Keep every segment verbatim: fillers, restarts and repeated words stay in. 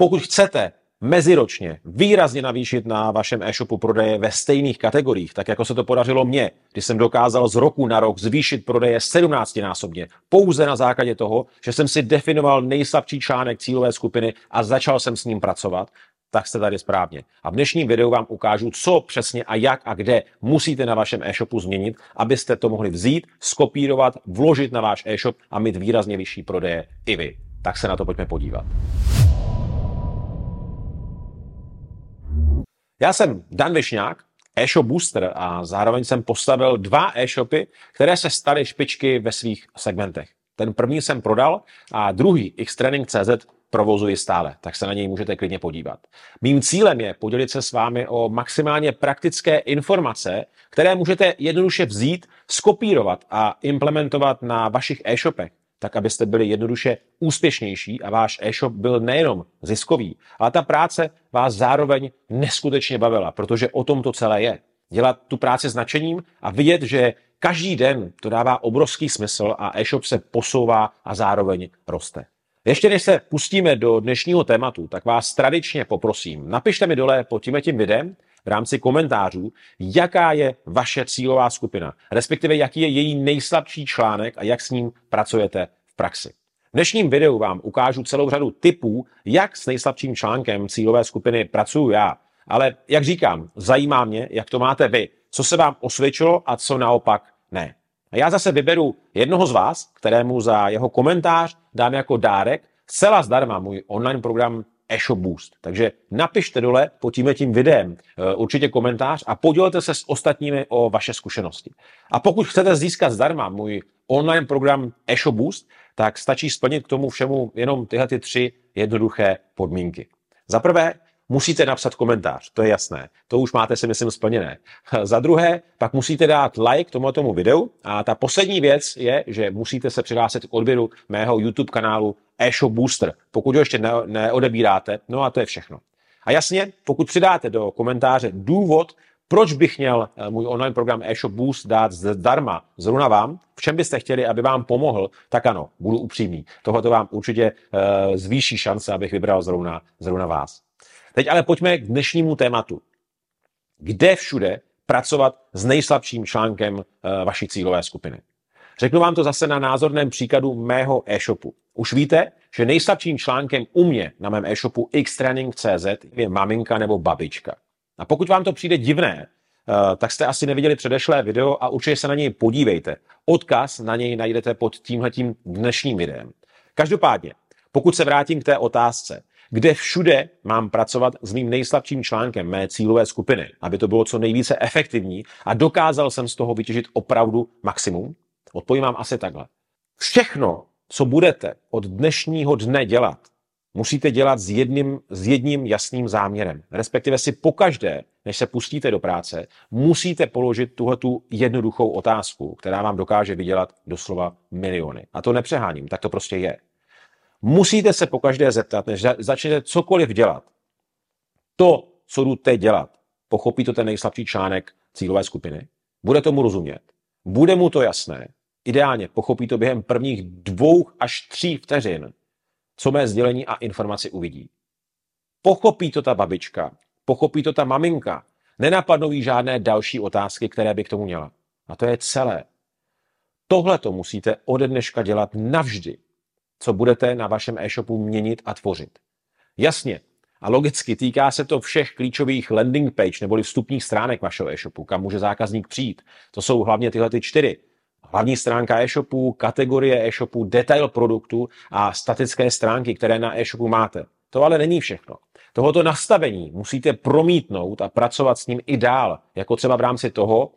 Pokud chcete meziročně výrazně navýšit na vašem e-shopu prodeje ve stejných kategoriích, tak jako se to podařilo mně, kdy jsem dokázal z roku na rok zvýšit prodeje sedmnáctinásobně, pouze na základě toho, že jsem si definoval nejslabší článek cílové skupiny a začal jsem s ním pracovat, tak jste tady správně. A v dnešním videu vám ukážu, co přesně a jak a kde musíte na vašem e-shopu změnit, abyste to mohli vzít, skopírovat, vložit na váš e-shop a mít výrazně vyšší prodeje i vy. Tak se na to pojďme podívat. Já jsem Dan Višňák, e-shop booster, a zároveň jsem postavil dva e-shopy, které se staly špičky ve svých segmentech. Ten první jsem prodal a druhý xtraining tečka cé zet provozuji stále, tak se na něj můžete klidně podívat. Mým cílem je podělit se s vámi o maximálně praktické informace, které můžete jednoduše vzít, skopírovat a implementovat na vašich e-shopech, tak abyste byli jednoduše úspěšnější a váš e-shop byl nejenom ziskový, ale ta práce vás zároveň neskutečně bavila, protože o tom to celé je. Dělat tu práci s nadšením a vidět, že každý den to dává obrovský smysl a e-shop se posouvá a zároveň roste. Ještě než se pustíme do dnešního tématu, tak vás tradičně poprosím, napište mi dole pod tímhletím videem v rámci komentářů, jaká je vaše cílová skupina, respektive jaký je její nejslabší článek a jak s ním pracujete v praxi. V dnešním videu vám ukážu celou řadu tipů, jak s nejslabším článkem cílové skupiny pracuju já. Ale jak říkám, zajímá mě, jak to máte vy, co se vám osvědčilo a co naopak ne. A já zase vyberu jednoho z vás, kterému za jeho komentář dám jako dárek zcela zdarma můj online program e-shop boost. Takže napište dole pod tímhletím videem určitě komentář a podělte se s ostatními o vaše zkušenosti. A pokud chcete získat zdarma můj online program e-shop boost, tak stačí splnit k tomu všemu jenom tyhle ty tři jednoduché podmínky. Za prvé, musíte napsat komentář, to je jasné. To už máte, si myslím, splněné. Za druhé, pak musíte dát like tomuto videu a ta poslední věc je, že musíte se přihlásit k odběru mého YouTube kanálu e-shop booster, pokud ho ještě ne- neodebíráte, no a to je všechno. A jasně, pokud přidáte do komentáře důvod, proč bych měl můj online program e-shop boost dát zdarma zrovna vám, v čem byste chtěli, aby vám pomohl, tak ano, budu upřímný. Tohle vám určitě uh, zvýší šance, abych vybral zrovna, zrovna vás. Teď ale pojďme k dnešnímu tématu. Kde všude pracovat s nejslabším článkem uh, vaší cílové skupiny? Řeknu vám to zase na názorném příkladu mého e-shopu. Už víte, že nejslabším článkem u mě na mém e-shopu xtraining tečka cé zet je maminka nebo babička. A pokud vám to přijde divné, uh, tak jste asi neviděli předešlé video a určitě se na něj podívejte. Odkaz na něj najdete pod tímhletím dnešním videem. Každopádně, pokud se vrátím k té otázce, kde všude mám pracovat s mým nejslabším článkem mé cílové skupiny, aby to bylo co nejvíce efektivní a dokázal jsem z toho vytěžit opravdu maximum? Odpovím vám asi takhle. Všechno, co budete od dnešního dne dělat, musíte dělat s jedním, s jedním jasným záměrem. Respektive si pokaždé, než se pustíte do práce, musíte položit tuhletu jednoduchou otázku, která vám dokáže vydělat doslova miliony. A to nepřeháním, tak to prostě je. Musíte se pokaždé zeptat, než začnete cokoliv dělat. To, co jdu teď dělat, pochopí to ten nejslabší článek cílové skupiny? Bude tomu rozumět? Bude mu to jasné? Ideálně pochopí to během prvních dvou až tří vteřin, co mé sdělení a informaci uvidí. Pochopí to ta babička, pochopí to ta maminka, nenapadnou jí žádné další otázky, které by k tomu měla. A to je celé. Tohle to musíte ode dneška dělat navždy, co budete na vašem e-shopu měnit a tvořit. Jasně a logicky týká se to všech klíčových landing page neboli vstupních stránek vašeho e-shopu, kam může zákazník přijít. To jsou hlavně tyhle ty čtyři. Hlavní stránka e-shopu, kategorie e-shopu, detail produktu a statické stránky, které na e-shopu máte. To ale není všechno. Tohoto nastavení musíte promítnout a pracovat s ním i dál, jako třeba v rámci toho,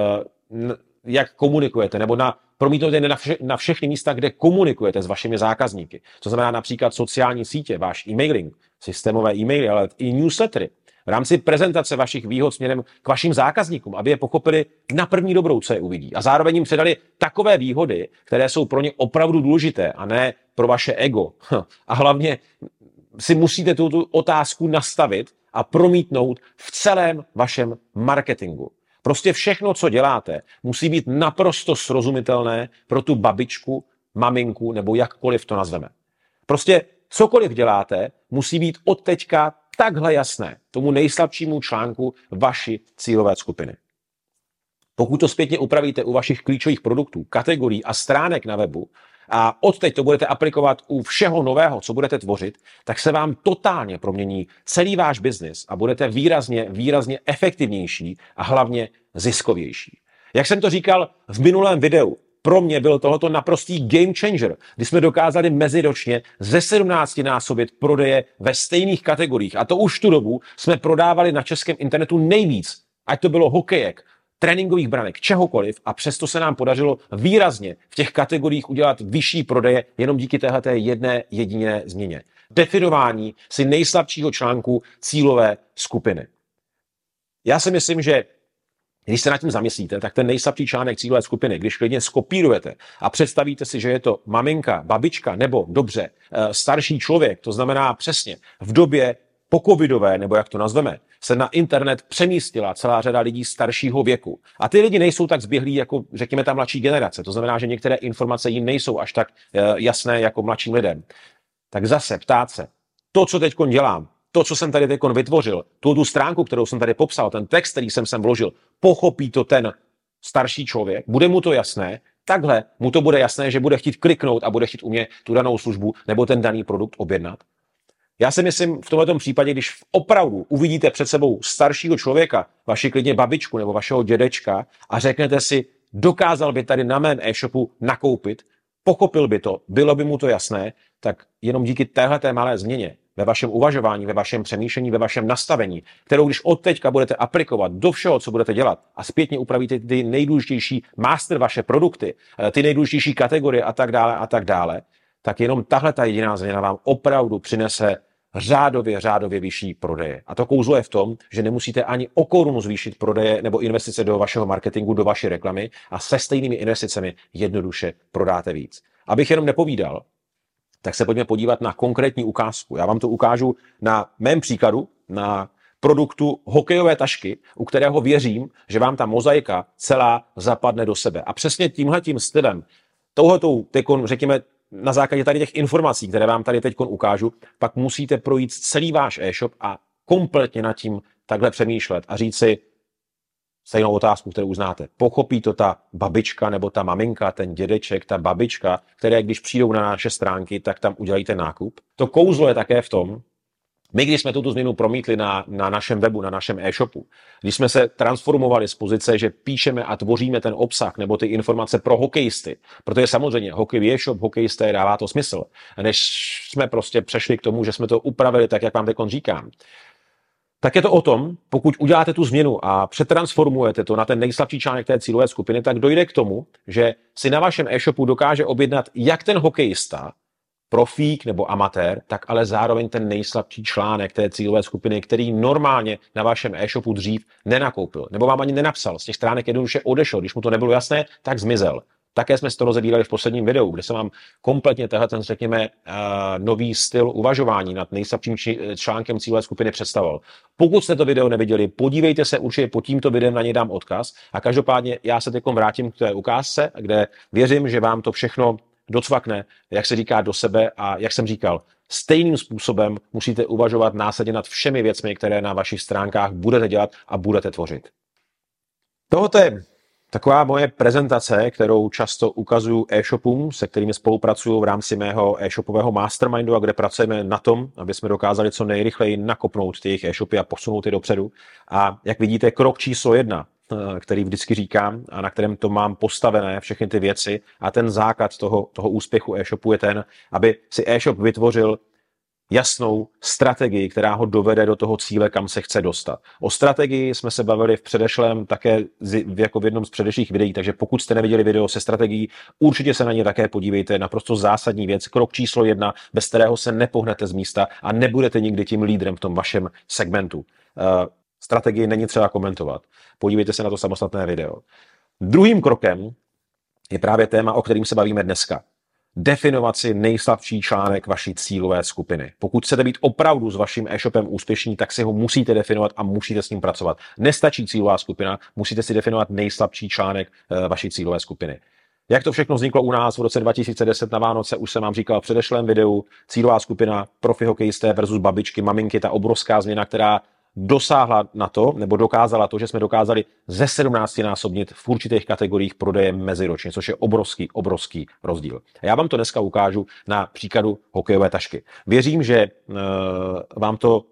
jak komunikujete, nebo na promítnout je na, vše, na všechny místa, kde komunikujete s vašimi zákazníky. To znamená například sociální sítě, váš e-mailing, systémové e-maily, ale i newslettery. V rámci prezentace vašich výhod směrem k vašim zákazníkům, aby je pochopili na první dobrou, co je uvidí. A zároveň jim předali takové výhody, které jsou pro ně opravdu důležité a ne pro vaše ego. A hlavně si musíte tuto otázku nastavit a promítnout v celém vašem marketingu. Prostě všechno, co děláte, musí být naprosto srozumitelné pro tu babičku, maminku nebo jakkoliv to nazveme. Prostě cokoliv děláte, musí být od teďka takhle jasné tomu nejslabšímu článku vaší cílové skupiny. Pokud to zpětně upravíte u vašich klíčových produktů, kategorií a stránek na webu a odteď to budete aplikovat u všeho nového, co budete tvořit, tak se vám totálně promění celý váš biznis a budete výrazně, výrazně efektivnější a hlavně ziskovější. Jak jsem to říkal v minulém videu, pro mě byl tohoto naprostý game changer, kdy jsme dokázali meziročně ze sedmnácti násobit prodeje ve stejných kategoriích. A to už tu dobu jsme prodávali na českém internetu nejvíc, ať to bylo hokejek, tréninkových branek, čehokoliv, a přesto se nám podařilo výrazně v těch kategoriích udělat vyšší prodeje jenom díky téhleté jedné jediné změně. Definování si nejslabšího článku cílové skupiny. Já si myslím, že když se nad tím zamyslíte, tak ten nejslabší článek cílové skupiny, když klidně skopírujete a představíte si, že je to maminka, babička nebo dobře starší člověk, to znamená přesně v době pocovidové, nebo jak to nazveme, se na internet přemístila celá řada lidí staršího věku. A ty lidi nejsou tak zběhlí jako, řekněme, ta mladší generace. To znamená, že některé informace jim nejsou až tak jasné jako mladším lidem. Tak zase ptát se, to, co teď dělám, to, co jsem tady teď vytvořil, tu, tu stránku, kterou jsem tady popsal, ten text, který jsem sem vložil, pochopí to ten starší člověk, bude mu to jasné, takhle mu to bude jasné, že bude chtít kliknout a bude chtít u mě tu danou službu nebo ten daný produkt objednat. Já si myslím v tomto případě, když opravdu uvidíte před sebou staršího člověka, vaši klidně babičku nebo vašeho dědečka a řeknete si, dokázal by tady na mém e-shopu nakoupit, pochopil by to, bylo by mu to jasné, tak jenom díky téhleté malé změně ve vašem uvažování, ve vašem přemýšlení, ve vašem nastavení, kterou když od teďka budete aplikovat do všeho, co budete dělat a zpětně upravíte ty nejdůležitější master vaše produkty, ty nejdůležitější kategorie a tak dále a tak dále, tak jenom tahle ta jediná změna vám opravdu přinese řádově, řádově vyšší prodeje. A to kouzlo je v tom, že nemusíte ani o korunu zvýšit prodeje nebo investice do vašeho marketingu, do vaší reklamy a se stejnými investicemi jednoduše prodáte víc. Abych jenom nepovídal, tak se pojďme podívat na konkrétní ukázku. Já vám to ukážu na mém příkladu, na produktu hokejové tašky, u kterého věřím, že vám ta mozaika celá zapadne do sebe. A přesně tímhletím stylem, touhletou, tekon, řekněme, na základě tady těch informací, které vám tady teď ukážu, pak musíte projít celý váš e-shop a kompletně nad tím takhle přemýšlet a říct si stejnou otázku, kterou uznáte. Pochopí to ta babička nebo ta maminka, ten dědeček, ta babička, které když přijdou na naše stránky, tak tam udělají ten nákup. To kouzlo je také v tom, my, když jsme tuto změnu promítli na, na našem webu, na našem e-shopu, když jsme se transformovali z pozice, že píšeme a tvoříme ten obsah nebo ty informace pro hokejisty, protože samozřejmě hokejový e-shop, hokejisté, dává to smysl, než jsme prostě přešli k tomu, že jsme to upravili tak, jak vám teď říkám, tak je to o tom, pokud uděláte tu změnu a přetransformujete to na ten nejslabší článek té cílové skupiny, tak dojde k tomu, že si na vašem e-shopu dokáže objednat jak ten hokejista, profík nebo amatér, tak ale zároveň ten nejslabší článek té cílové skupiny, který normálně na vašem e-shopu dřív nenakoupil, nebo vám ani nenapsal, z těch stránek jednoduše odešel, když mu to nebylo jasné, tak zmizel. Také jsme si to rozebírali v posledním videu, kde jsem vám kompletně tenhle ten, řekněme, uh, nový styl uvažování nad nejslabším článkem cílové skupiny představoval. Pokud jste to video neviděli, podívejte se, určitě pod tímto videem na něj dám odkaz a každopádně já se teď vrátím k té ukázce, kde věřím, že vám to všechno docvakne, jak se říká, do sebe a jak jsem říkal, stejným způsobem musíte uvažovat následně nad všemi věcmi, které na vašich stránkách budete dělat a budete tvořit. Tohoto je taková moje prezentace, kterou často ukazuju e-shopům, se kterými spolupracuju v rámci mého e-shopového mastermindu a kde pracujeme na tom, aby jsme dokázali co nejrychleji nakopnout ty jejich e-shopy a posunout je dopředu. A jak vidíte, krok číslo jedna, který vždycky říkám a na kterém to mám postavené, všechny ty věci a ten základ toho, toho úspěchu e-shopu je ten, aby si e-shop vytvořil jasnou strategii, která ho dovede do toho cíle, kam se chce dostat. O strategii jsme se bavili v předešlém také jako v jednom z předešlých videí, takže pokud jste neviděli video se strategií, určitě se na ně také podívejte. Naprosto zásadní věc, krok číslo jedna, bez kterého se nepohnete z místa a nebudete nikdy tím lídrem v tom vašem segmentu. Strategii není třeba komentovat. Podívejte se na to samostatné video. Druhým krokem je právě téma, o kterým se bavíme dneska. Definovat si nejslabší článek vaší cílové skupiny. Pokud chcete být opravdu s vaším e-shopem úspěšní, tak si ho musíte definovat a musíte s ním pracovat. Nestačí cílová skupina, musíte si definovat nejslabší článek vaší cílové skupiny. Jak to všechno vzniklo u nás v roce dva tisíce deset na Vánoce, už jsem vám říkal v předešlém videu, cílová skupina profi hokejisté versus babičky, maminky, ta obrovská změna, která dosáhla na to, nebo dokázala to, že jsme dokázali ze sedmnáctinásobnit v určitých kategoriích prodeje meziročně, což je obrovský, obrovský rozdíl. A já vám to dneska ukážu na příkladu hokejové tašky. Věřím, že uh, vám to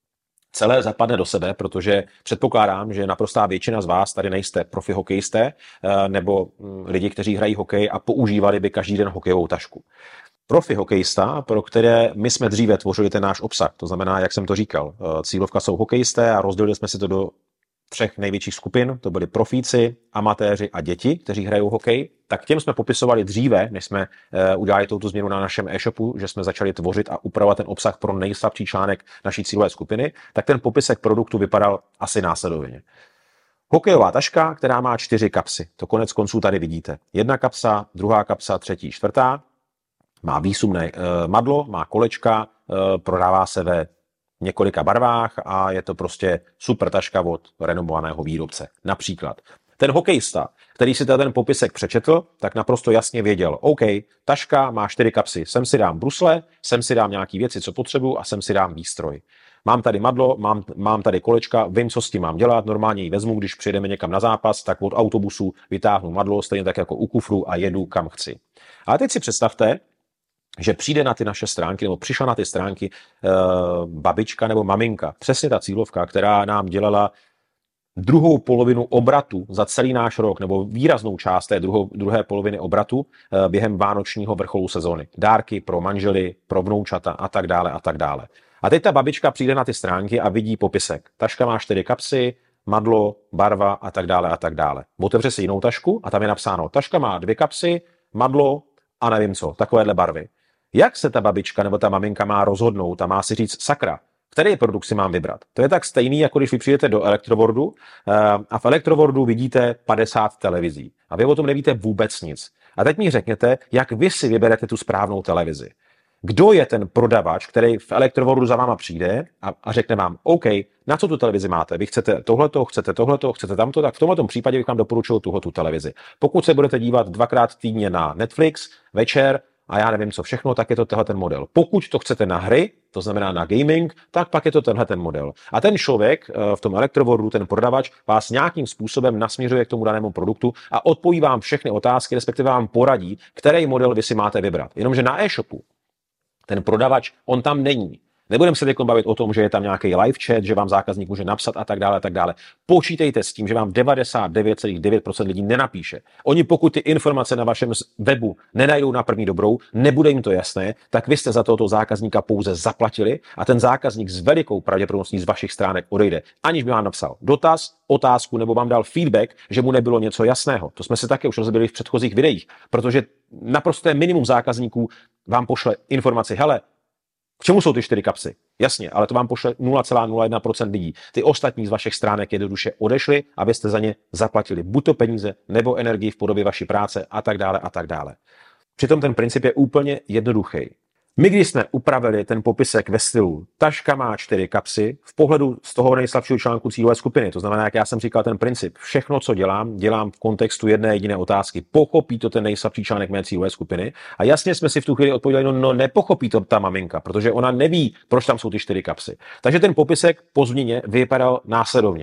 celé zapadne do sebe, protože předpokládám, že naprostá většina z vás tady nejste profi hokejisté nebo lidi, kteří hrají hokej a používali by každý den hokejovou tašku. Profi hokejista, pro které my jsme dříve tvořili ten náš obsah, to znamená, jak jsem to říkal, cílovka jsou hokejisté a rozdělili jsme si to do třech největších skupin, to byli profíci, amatéři a děti, kteří hrajou hokej, tak těm jsme popisovali dříve, než jsme uh, udělali touto změnu na našem e-shopu, že jsme začali tvořit a upravovat ten obsah pro nejslabší článek naší cílové skupiny, tak ten popisek produktu vypadal asi následovně. Hokejová taška, která má čtyři kapsy. To konec konců tady vidíte. Jedna kapsa, druhá kapsa, třetí, čtvrtá. Má výsumné uh, madlo, má kolečka, uh, prodává se ve několika barvách a je to prostě super taška od renomovaného výrobce. Například ten hokejista, který si ten popisek přečetl, tak naprosto jasně věděl, OK, taška má čtyři kapsy, sem si dám brusle, sem si dám nějaký věci, co potřebuju a sem si dám výstroj. Mám tady madlo, mám, mám tady kolečka, vím, co s tím mám dělat, normálně ji vezmu, když přijedeme někam na zápas, tak od autobusu vytáhnu madlo, stejně tak jako u kufru a jedu kam chci. Ale teď si představte, že přijde na ty naše stránky, nebo přišla na ty stránky e, babička nebo maminka, přesně ta cílovka, která nám dělala druhou polovinu obratu za celý náš rok, nebo výraznou část té druhou, druhé poloviny obratu e, během vánočního vrcholu sezóny. Dárky pro manžely, pro vnoučata a tak dále a tak dále. A teď ta babička přijde na ty stránky a vidí popisek. Taška má čtyři kapsy, madlo, barva a tak dále a tak dále. Otevře si jinou tašku a tam je napsáno, taška má dvě kapsy, madlo a nevím co, takovéhle barvy. Jak se ta babička nebo ta maminka má rozhodnout a má si říct, sakra, který produkt si mám vybrat? To je tak stejný, jako když vy přijdete do Elektrowordu a v Elektrowordu vidíte padesát televizí a vy o tom nevíte vůbec nic. A teď mi řekněte, jak vy si vyberete tu správnou televizi. Kdo je ten prodavač, který v Elektrowordu za váma přijde a, a řekne vám, OK, na co tu televizi máte? Vy chcete tohleto, chcete tohleto, chcete tamto, tak v tomto případě bych vám doporučil tuhletu televizi. Pokud se budete dívat dvakrát týdně na Netflix, večer, a já nevím co všechno, tak je to tenhle ten model. Pokud to chcete na hry, to znamená na gaming, tak pak je to tenhle ten model. A ten člověk v tom Elektrowordu, ten prodavač, vás nějakým způsobem nasměřuje k tomu danému produktu a odpoví vám všechny otázky, respektive vám poradí, který model vy si máte vybrat. Jenomže na e-shopu ten prodavač, on tam není. Nebudeme se teď bavit o tom, že je tam nějaký live chat, že vám zákazník může napsat a tak dále a tak dále. Počítejte s tím, že vám devadesát devět celá devět procent lidí nenapíše. Oni pokud ty informace na vašem webu nenajdou na první dobrou, nebude jim to jasné, tak vy jste za tohoto zákazníka pouze zaplatili a ten zákazník s velikou pravděpodobností z vašich stránek odejde, aniž by vám napsal dotaz, otázku nebo vám dal feedback, že mu nebylo něco jasného. To jsme se také už rozebili v předchozích videích, protože naprosté minimum zákazníků vám pošle informaci, hele, k čemu jsou ty čtyři kapsy? Jasně, ale to vám pošle nula celá nula jedna procent lidí. Ty ostatní z vašich stránek jednoduše odešly, abyste za ně zaplatili buď to peníze, nebo energii v podobě vaší práce a tak dále a tak dále. Přitom ten princip je úplně jednoduchý. My, když jsme upravili ten popisek ve stylu taška má čtyři kapsy, v pohledu z toho nejslabšího článku cílové skupiny, to znamená, jak já jsem říkal ten princip, všechno, co dělám, dělám v kontextu jedné jediné otázky. Pochopí to ten nejslabší článek mé cílové skupiny? A jasně jsme si v tu chvíli odpověděli, no, no nepochopí to ta maminka, protože ona neví, proč tam jsou ty čtyři kapsy. Takže ten popisek po změně vypadal následovně.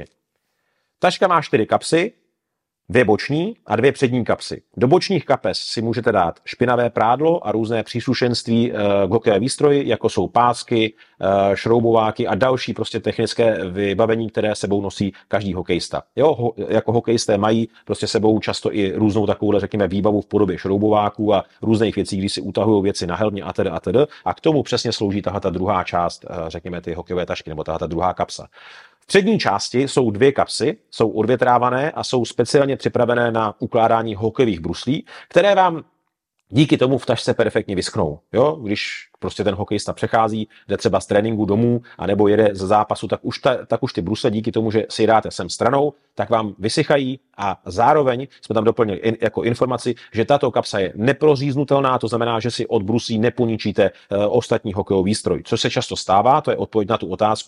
Taška má čtyři kapsy, dvě boční a dvě přední kapsy. Do bočních kapes si můžete dát špinavé prádlo a různé příslušenství k hokejové výstroji, jako jsou pásky, šroubováky a další prostě technické vybavení, které sebou nosí každý hokejista. Jo, ho, jako hokejisté mají prostě sebou často i různou takovou, řekněme, výbavu v podobě šroubováků a různých věcí, když si utahují věci na helmě a tedy a tedy. A k tomu přesně slouží tahle ta druhá část, řekněme, ty hokejové tašky nebo tahle ta druhá kapsa. V přední části jsou dvě kapsy, jsou odvětrávané a jsou speciálně připravené na ukládání hokejových bruslí, které vám díky tomu v tašce perfektně vyschnou. Jo? Když prostě ten hokejista přechází, jde třeba z tréninku domů anebo jede ze zápasu, tak už, ta, tak už ty brusle díky tomu, že si dáte sem stranou, tak vám vysychají a zároveň jsme tam doplnili in, jako informaci, že tato kapsa je neproříznutelná, to znamená, že si od bruslí neponičíte e, ostatní hokejový výstroj. Co se často stává, to je odpověď na tu otázku,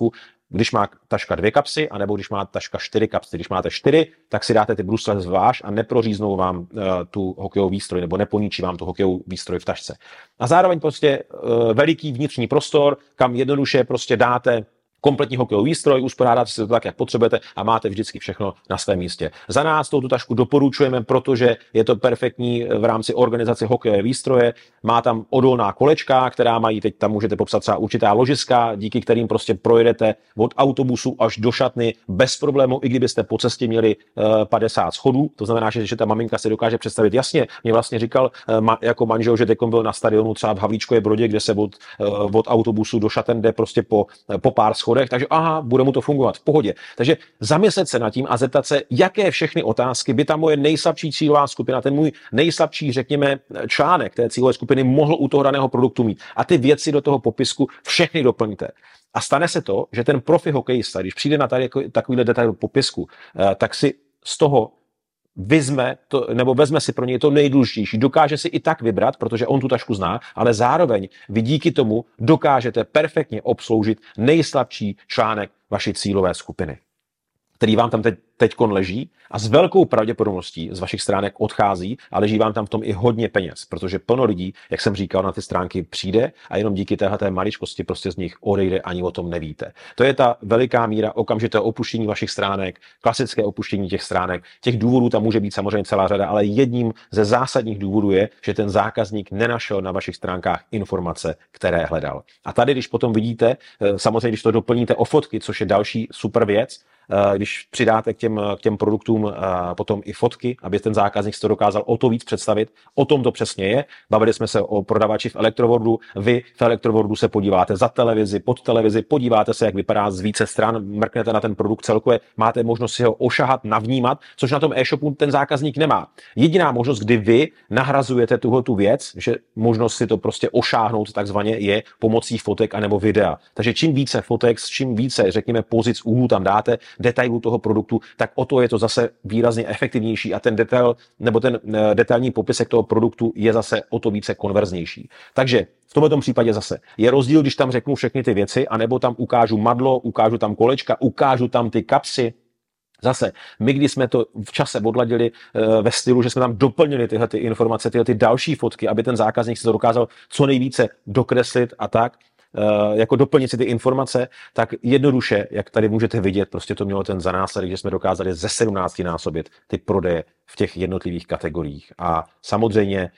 když má taška dvě kapsy, anebo když má taška čtyři kapsy. Když máte čtyři, tak si dáte ty brusle zvlášť a neproříznou vám uh, tu hokejovou výstroj, nebo neponičí vám tu hokejovou výstroj v tašce. A zároveň prostě uh, veliký vnitřní prostor, kam jednoduše prostě dáte kompletní hokejový výstroj, uspořádáte si to tak, jak potřebujete a máte vždycky všechno na svém místě. Za nás touto tašku doporučujeme, protože je to perfektní v rámci organizace hokejové výstroje. Má tam odolná kolečka, která mají, teď tam můžete popsat třeba určitá ložiska, díky kterým prostě projedete od autobusu až do šatny bez problému, i kdybyste po cestě měli padesát schodů. To znamená, že, že ta maminka si dokáže představit jasně. Mě vlastně říkal jako manžel, že teď byl na stadionu třeba v Havlíčkově Brodě, kde se od, od autobusu do šaten jde prostě po, po pár schodů. Takže aha, bude mu to fungovat v pohodě. Takže zamyslet se nad tím a zeptat se, jaké všechny otázky by ta moje nejslabší cílová skupina, ten můj nejslabší, řekněme, článek té cílové skupiny mohl u toho daného produktu mít. A ty věci do toho popisku všechny doplňte. A stane se to, že ten profi hokejista, když přijde na tady takovýhle detail popisku, tak si z toho vezme, to, nebo vezme si pro něj to nejdůležitější. Dokáže si i tak vybrat, protože on tu tašku zná, ale zároveň vy díky tomu dokážete perfektně obsloužit nejslabší článek vaší cílové skupiny, který vám tam teď teďkon leží a s velkou pravděpodobností z vašich stránek odchází a leží vám tam v tom i hodně peněz, protože plno lidí, jak jsem říkal, na ty stránky přijde a jenom díky téhleté maličkosti prostě z nich odejde, ani o tom nevíte. To je ta veliká míra okamžitého opuštění vašich stránek, klasické opuštění těch stránek. Těch důvodů tam může být samozřejmě celá řada, ale jedním ze zásadních důvodů je, že ten zákazník nenašel na vašich stránkách informace, které hledal. A tady, když potom vidíte, samozřejmě, když to doplníte o fotky, což je další super věc, když přidáte k těm, k těm produktům potom i fotky, aby ten zákazník si to dokázal o to víc představit. O tom to přesně je. Bavili jsme se o prodavači v Elektrowordu. Vy v Elektrowordu se podíváte za televizi, pod televizi, podíváte se, jak vypadá z více stran, mrknete na ten produkt celkově, máte možnost si ho ošahat, navnímat, což na tom e-shopu ten zákazník nemá. Jediná možnost, kdy vy nahrazujete tuhle tu věc, že možnost si to prostě ošáhnout takzvaně je pomocí fotek anebo videa. Takže čím více fotek, čím více, řekněme, pozic úhlu tam dáte, detailů toho produktu, tak o to je to zase výrazně efektivnější a ten detail nebo ten detailní popisek toho produktu je zase o to více konverznější. Takže v tomto případě zase je rozdíl, když tam řeknu všechny ty věci, anebo tam ukážu madlo, ukážu tam kolečka, ukážu tam ty kapsy. Zase, my když jsme to v čase odladili e, ve stylu, že jsme tam doplnili tyhle ty informace, tyhle ty další fotky, aby ten zákazník si to dokázal co nejvíce dokreslit a tak, jako doplnit si ty informace, tak jednoduše, jak tady můžete vidět, prostě to mělo ten za následek, že jsme dokázali ze sedmnácti násobit ty prodeje v těch jednotlivých kategoriích. A samozřejmě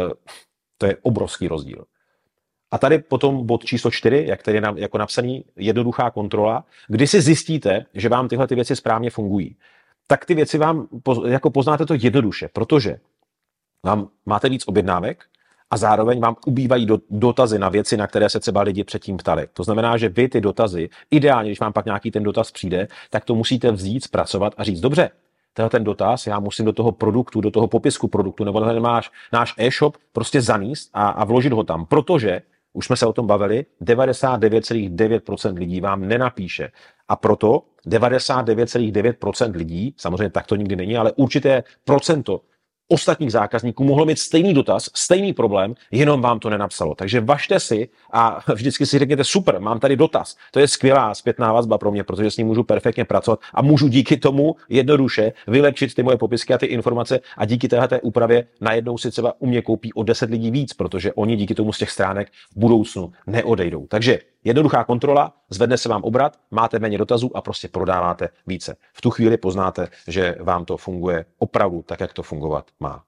to je obrovský rozdíl. A tady potom bod číslo čtyři, jak tady je jako napsaný, jednoduchá kontrola, kdy si zjistíte, že vám tyhle ty věci správně fungují. Tak ty věci vám, jako poznáte to jednoduše, protože vám máte víc objednávek, a zároveň vám ubývají do, dotazy na věci, na které se třeba lidi předtím ptali. To znamená, že vy ty dotazy, ideálně, když vám pak nějaký ten dotaz přijde, tak to musíte vzít, zpracovat a říct, dobře, tenhle ten dotaz, já musím do toho produktu, do toho popisku produktu, nebo ten máš náš e-shop prostě zaníst a, a vložit ho tam, protože, už jsme se o tom bavili, devadesát devět celá devět procent lidí vám nenapíše. A proto devadesát devět celá devět procent lidí, samozřejmě tak to nikdy není, ale určité procento ostatních zákazníků mohlo mít stejný dotaz, stejný problém, jenom vám to nenapsalo. Takže važte si a vždycky si řekněte, super, mám tady dotaz. To je skvělá zpětná vazba pro mě, protože s ním můžu perfektně pracovat a můžu díky tomu jednoduše vylepšit ty moje popisky a ty informace a díky téhleté úpravě najednou si třeba u mě koupí o deset lidí víc, protože oni díky tomu z těch stránek v budoucnu neodejdou. Takže jednoduchá kontrola, zvedne se vám obrat, máte méně dotazů a prostě prodáváte více. V tu chvíli poznáte, že vám to funguje opravdu tak, jak to fungovat má.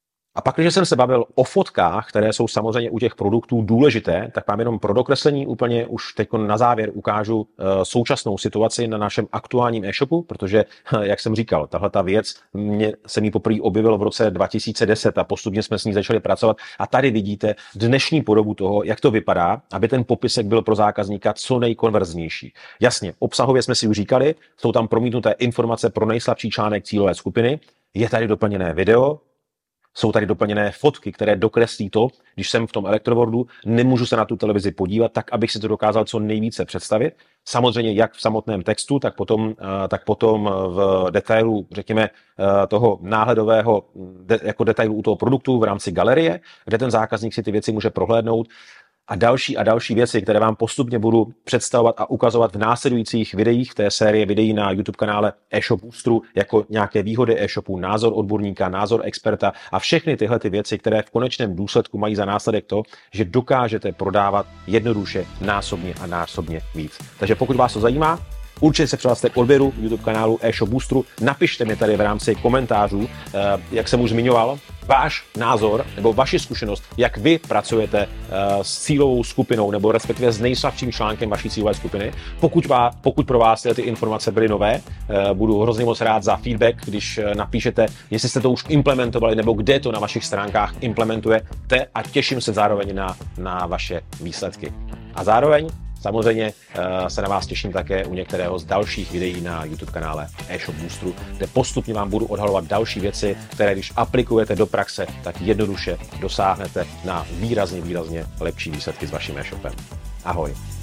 A pak, když jsem se bavil o fotkách, které jsou samozřejmě u těch produktů důležité, tak mám jenom pro dokreslení úplně už teď na závěr ukážu současnou situaci na našem aktuálním e-shopu, protože, jak jsem říkal, tahle ta věc mě, se mi poprvé objevilo v roce dva tisíce deset a postupně jsme s ní začali pracovat a tady vidíte dnešní podobu toho, jak to vypadá, aby ten popisek byl pro zákazníka co nejkonverznější. Jasně, obsahově jsme si už říkali, jsou tam promítnuté informace pro nejslabší článek cílové skupiny, je tady doplněné video, jsou tady doplněné fotky, které dokreslí to, když jsem v tom Elektrowordu, nemůžu se na tu televizi podívat, tak abych si to dokázal co nejvíce představit. Samozřejmě jak v samotném textu, tak potom, tak potom v detailu, řekněme, toho náhledového jako detailu u toho produktu v rámci galerie, kde ten zákazník si ty věci může prohlédnout. a další a další věci, které vám postupně budu představovat a ukazovat v následujících videích v té série videí na YouTube kanále e-shop Boostru, jako nějaké výhody e-shopu, názor odborníka, názor experta a všechny tyhle ty věci, které v konečném důsledku mají za následek to, že dokážete prodávat jednoduše násobně a násobně víc. Takže pokud vás to zajímá, určitě se přihlaste k odběru YouTube kanálu e-shop Boostru. Napište mi tady v rámci komentářů, jak jsem už zmiňoval, váš názor nebo vaši zkušenost, jak vy pracujete s cílovou skupinou nebo respektive s nejslabším článkem vaší cílové skupiny. Pokud, vás, pokud pro vás ty informace byly nové, budu hrozně moc rád za feedback, když napíšete, jestli jste to už implementovali nebo kde to na vašich stránkách implementujete a těším se zároveň na, na vaše výsledky. A zároveň samozřejmě se na vás těším také u některého z dalších videí na YouTube kanále e-shop Boostru, kde postupně vám budu odhalovat další věci, které když aplikujete do praxe, tak jednoduše dosáhnete na výrazně, výrazně lepší výsledky s vaším e-shopem. Ahoj!